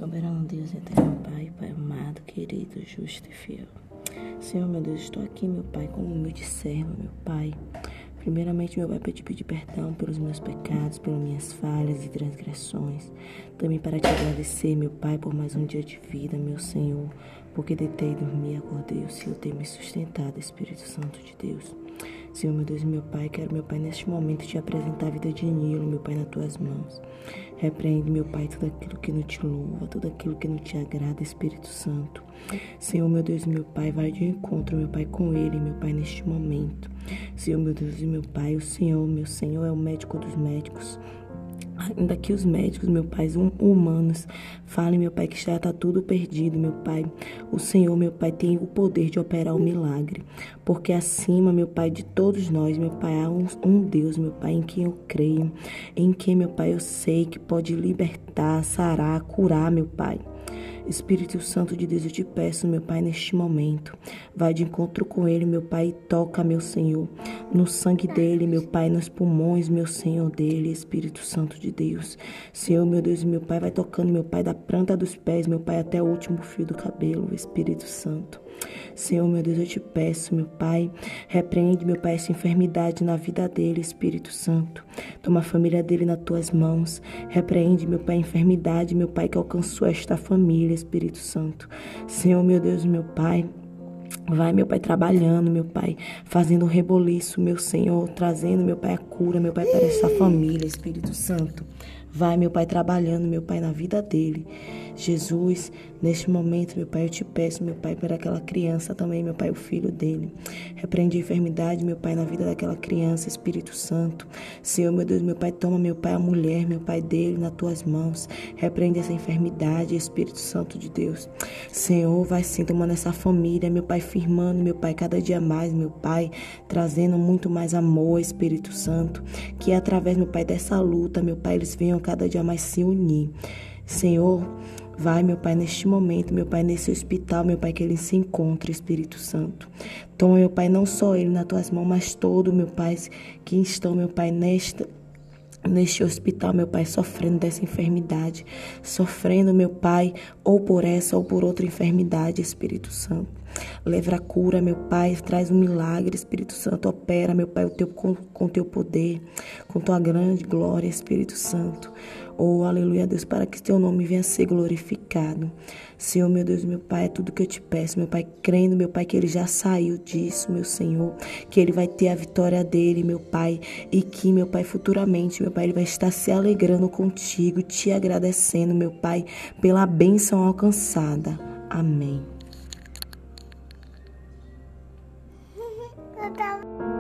Soberano Deus, eterno Pai, Pai amado, querido, justo e fiel. Senhor, meu Deus, estou aqui, meu Pai, como humilde servo, meu Pai. Primeiramente, meu Pai, para te pedir perdão pelos meus pecados, pelas minhas falhas e transgressões. Também para te agradecer, meu Pai, por mais um dia de vida, meu Senhor, porque deitei, dormi e acordei, o Senhor tem me sustentado, Espírito Santo de Deus. Senhor, meu Deus e meu Pai, quero, meu Pai, neste momento te apresentar a vida de Nilo, meu Pai, nas tuas mãos. Repreende, meu Pai, tudo aquilo que não te louva, tudo aquilo que não te agrada, Espírito Santo. Senhor, meu Deus e meu Pai, vai de encontro, meu Pai, com ele, meu Pai, neste momento. Senhor, meu Deus e meu Pai, o Senhor, meu Senhor, é o médico dos médicos. Ainda que os médicos, meu Pai, humanos, falem, meu Pai, que já está tudo perdido, meu Pai. O Senhor, meu Pai, tem o poder de operar o milagre. Porque acima, meu Pai, de todos nós, meu Pai, há um Deus, meu Pai, em quem eu creio. Em quem, meu Pai, eu sei que pode libertar, sarar, curar, meu Pai. Espírito Santo de Deus, eu te peço, meu Pai, neste momento. Vai de encontro com ele, meu Pai, e toca, meu Senhor, no sangue dele, meu Pai, nos pulmões, meu Senhor, dele, Espírito Santo de Deus. Senhor, meu Deus, meu Pai, vai tocando, meu Pai, da planta dos pés, meu Pai, até o último fio do cabelo, Espírito Santo. Senhor, meu Deus, eu te peço, meu Pai, repreende, meu Pai, essa enfermidade na vida dele, Espírito Santo. Toma a família dele nas tuas mãos. Repreende, meu Pai, a enfermidade, meu Pai, que alcançou esta família, Espírito Santo. Senhor, meu Deus, meu Pai, vai, meu Pai, trabalhando, meu Pai, fazendo um reboliço, meu Senhor, trazendo, meu Pai, a cura, meu Pai, para essa família, Espírito Santo. Vai, meu Pai, trabalhando, meu Pai, na vida dele. Jesus, neste momento, meu Pai, eu te peço, meu Pai, por aquela criança também, meu Pai, o filho dele. Repreende a enfermidade, meu Pai, na vida daquela criança, Espírito Santo. Senhor, meu Deus, meu Pai, toma, meu Pai, a mulher, meu Pai, dele nas tuas mãos. Repreende essa enfermidade, Espírito Santo de Deus. Senhor, vai sim tomando essa família, meu Pai, firmando, meu Pai, cada dia mais, meu Pai, trazendo muito mais amor, Espírito Santo. Que através, meu Pai, dessa luta, meu Pai, eles venham cada dia mais se unir. Senhor, vai, meu Pai, neste momento, meu Pai, nesse hospital, meu Pai, que ele se encontre, Espírito Santo. Toma, meu Pai, não só ele nas tuas mãos, mas todo, meu Pai, que estão, meu Pai, neste hospital, meu Pai, sofrendo dessa enfermidade, sofrendo, meu Pai, ou por essa ou por outra enfermidade, Espírito Santo. Leva a cura, meu Pai, traz um milagre, Espírito Santo, opera, meu Pai, com teu poder, com tua grande glória, Espírito Santo. Oh, aleluia, Deus, para que teu nome venha a ser glorificado. Senhor, meu Deus, meu Pai, é tudo que eu te peço, meu Pai, crendo, meu Pai, que ele já saiu disso, meu Senhor, que ele vai ter a vitória dele, meu Pai, e que, meu Pai, futuramente, meu Pai, ele vai estar se alegrando contigo, te agradecendo, meu Pai, pela bênção alcançada. Amém.